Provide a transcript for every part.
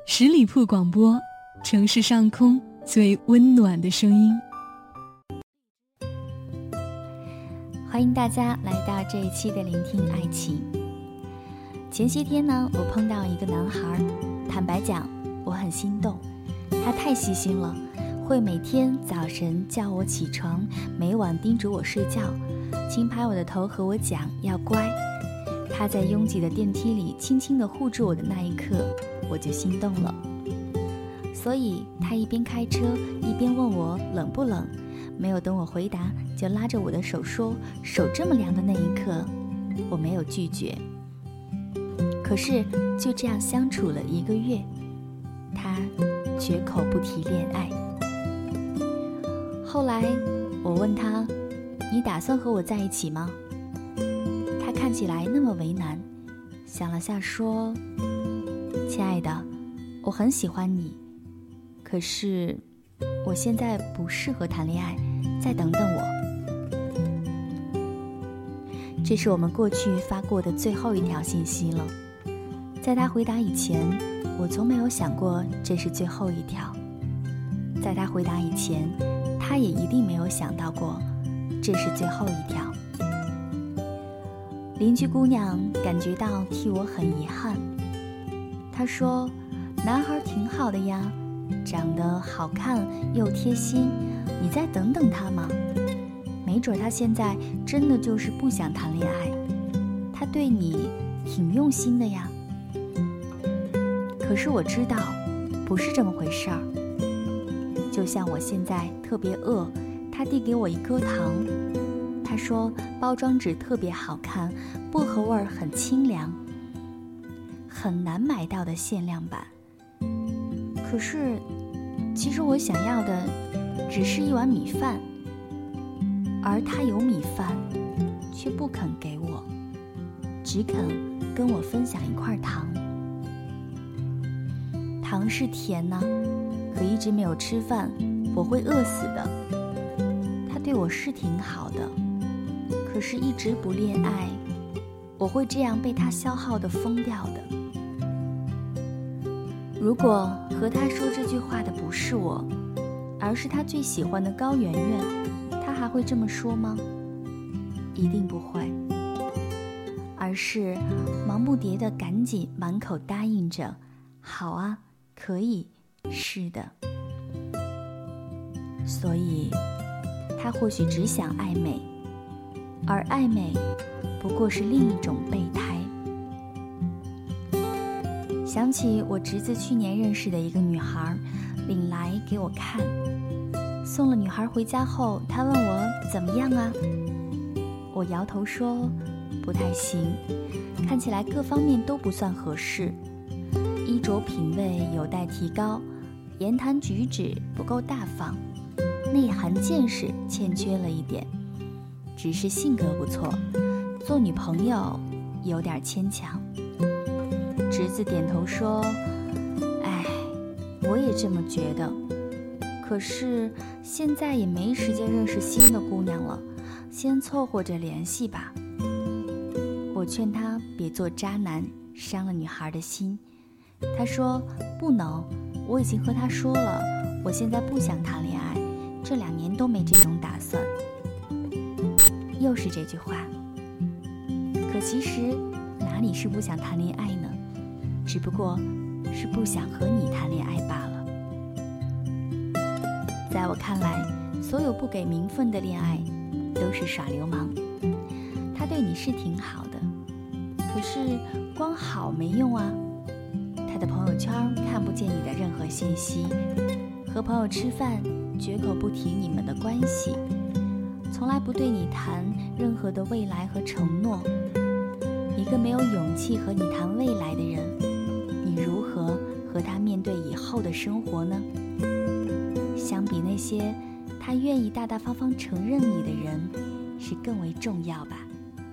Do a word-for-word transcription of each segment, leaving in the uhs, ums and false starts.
十里铺广播，城市上空最温暖的声音。 欢迎大家来到这一期的聆听爱情。前些天呢，我碰到一个男孩，坦白讲，我很心动。他太细心了，会每天早晨叫我起床，每晚叮嘱我睡觉，轻拍我的头和我讲要乖。他在拥挤的电梯里轻轻地护住我的那一刻，我就心动了。所以他一边开车一边问我冷不冷，没有等我回答，就拉着我的手说手这么凉的那一刻，我没有拒绝。可是就这样相处了一个月，他绝口不提恋爱。后来我问他，你打算和我在一起吗？他看起来那么为难，想了下说，亲爱的，我很喜欢你，可是我现在不适合谈恋爱，再等等我。这是我们过去发过的最后一条信息了。在他回答以前，我从没有想过这是最后一条。在他回答以前，他也一定没有想到过这是最后一条。邻居姑娘感觉到替我很遗憾，她说，男孩挺好的呀，长得好看又贴心，你再等等他嘛，没准他现在真的就是不想谈恋爱，他对你挺用心的呀。可是我知道不是这么回事儿。就像我现在特别饿，他递给我一颗糖，他说包装纸特别好看，薄荷味儿很清凉，很难买到的限量版。可是其实我想要的只是一碗米饭，而他有米饭却不肯给我，只肯跟我分享一块糖。糖是甜呐、啊，可一直没有吃饭，我会饿死的。他对我是挺好的，可是一直不恋爱，我会这样被他消耗得疯掉的。如果和他说这句话的不是我，而是他最喜欢的高圆圆，他还会这么说吗？一定不会，而是忙不迭地赶紧满口答应着，好啊，可以，是的。所以他或许只想暧昧，而暧昧不过是另一种备胎。想起我侄子去年认识的一个女孩，领来给我看，送了女孩回家后，他问我怎么样啊？我摇头说不太行，看起来各方面都不算合适，衣着品味有待提高，言谈举止不够大方，内涵见识欠缺了一点，只是性格不错，做女朋友有点牵强。侄子点头说，哎，我也这么觉得，可是现在也没时间认识新的姑娘了，先凑合着联系吧。我劝他别做渣男，伤了女孩的心。他说不能，我已经和他说了，我现在不想谈恋爱，这两年都没这种打算。又是这句话，可其实哪里是不想谈恋爱呢？只不过是不想和你谈恋爱罢了。在我看来，所有不给名分的恋爱都是耍流氓。他对你是挺好的，可是光好没用啊。他的朋友圈看不见你的任何信息，和朋友吃饭绝口不提你们的关系，从来不对你谈任何的未来和承诺。一个没有勇气和你谈未来的人，你如何和他面对以后的生活呢？相比那些他愿意大大方方承认你的人，是更为重要吧。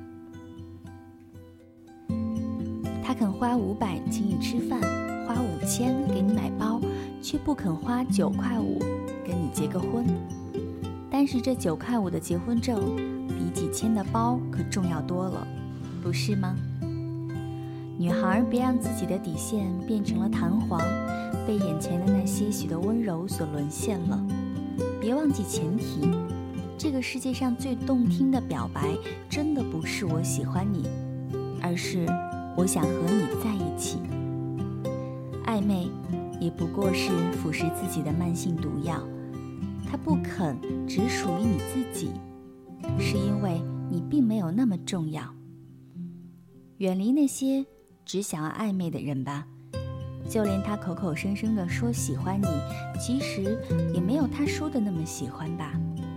他肯花五百请你吃饭，花五千给你买包，却不肯花九块五跟你结个婚。但是这九块五的结婚证比几千的包可重要多了，不是吗？女孩别让自己的底线变成了弹簧， 被眼前的那些许的温柔所沦陷了。别忘记前提，这个世界上最动听的表白，真的不是我喜欢你，而是我想和你在一起。暧昧也不过是腐蚀自己的慢性毒药，它不肯只属于你自己，是因为你并没有那么重要。远离那些只想要暧昧的人吧，就连他口口声声地说喜欢你，其实也没有他说的那么喜欢吧。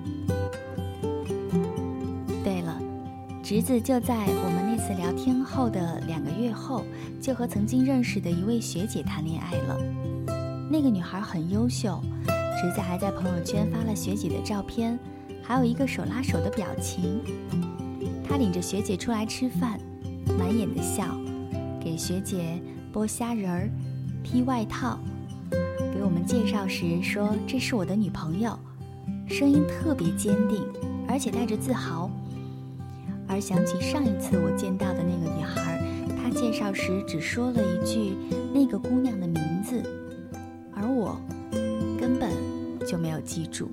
对了，侄子就在我们那次聊天后的两个月后，就和曾经认识的一位学姐谈恋爱了。那个女孩很优秀，侄子还在朋友圈发了学姐的照片，还有一个手拉手的表情。他领着学姐出来吃饭，满眼的笑，给学姐剥虾仁儿，披外套，给我们介绍时说这是我的女朋友，声音特别坚定，而且带着自豪。而想起上一次我见到的那个女孩，她介绍时只说了一句那个姑娘的名字，而我根本就没有记住。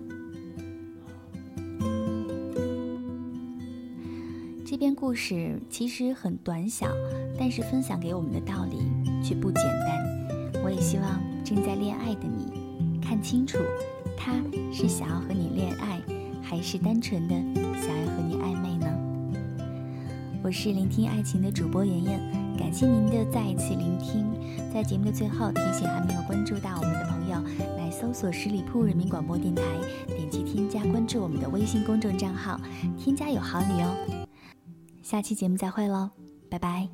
这篇故事其实很短小，但是分享给我们的道理却不简单。我也希望正在恋爱的你看清楚，他是想要和你恋爱，还是单纯的想要和你暧昧呢？我是聆听爱情的主播妍妍，感谢您的再一次聆听。在节目的最后，提醒还没有关注到我们的朋友，来搜索十里铺人民广播电台，点击添加关注我们的微信公众账号，添加有好礼哦。下期节目再会喽，拜拜。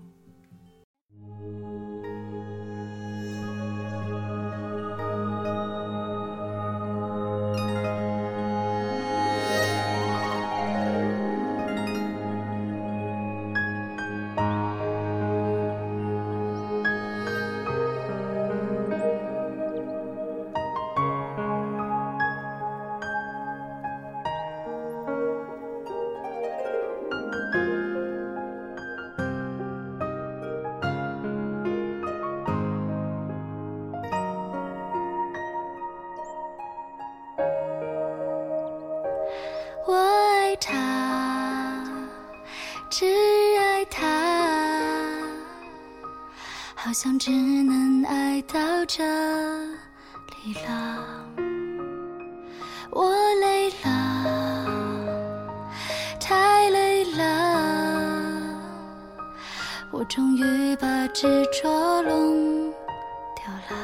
我爱他，只爱他，好像只能爱到这里了。我累了，太累了，我终于把执着弄掉了。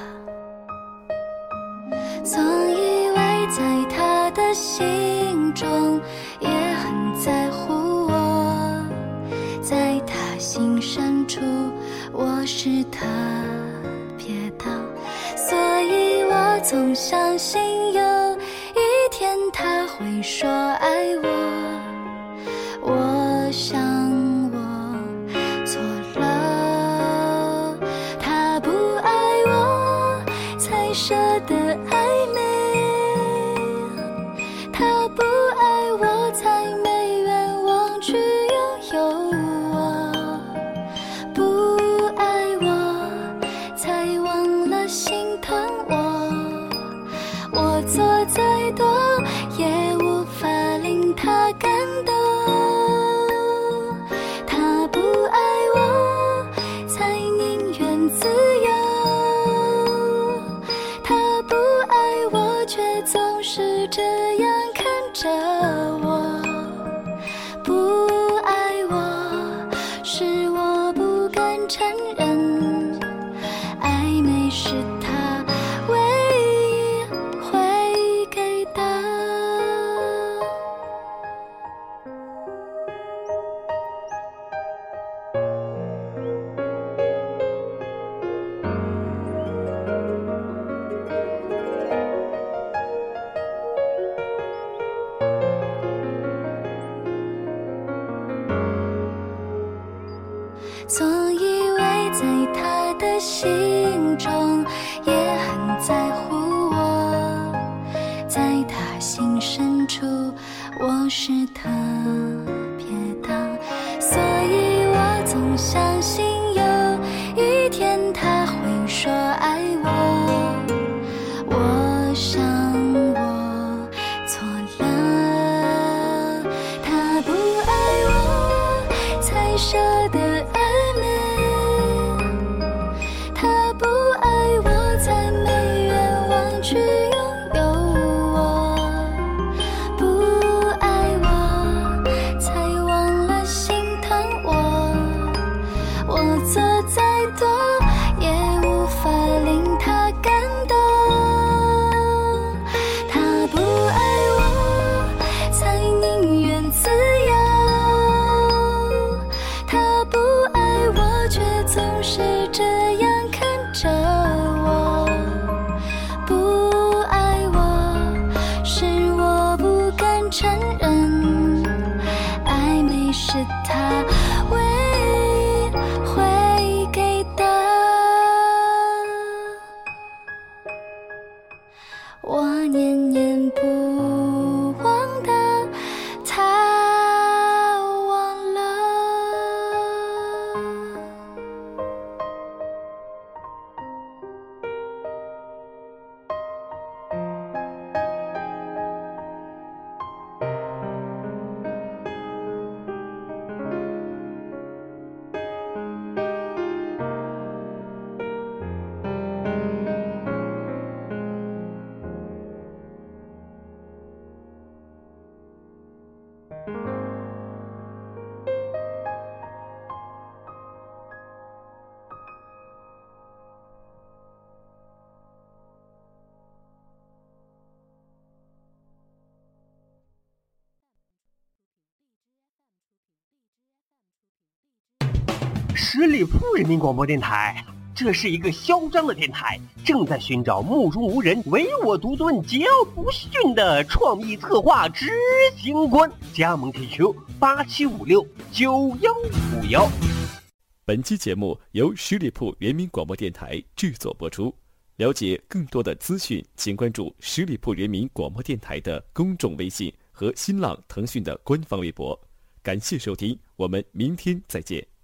总以为在他的心中也很在乎我，在他心深处我是特别的，所以我总相信有一天他会说爱我。我想我错了，他不爱我才舍得爱总以为在他的心中我念念不忘的他忘了。 十里铺人民广播电台，这是一个嚣张的电台，正在寻找目中无人、唯我独尊、桀骜不驯的创意策划执行官。加盟 Q Q 八七五六九幺五幺。 本期节目由十里铺人民广播电台制作播出。了解更多的资讯，请关注十里铺人民广播电台的公众微信和新浪、腾讯的官方微博。感谢收听，我们明天再见。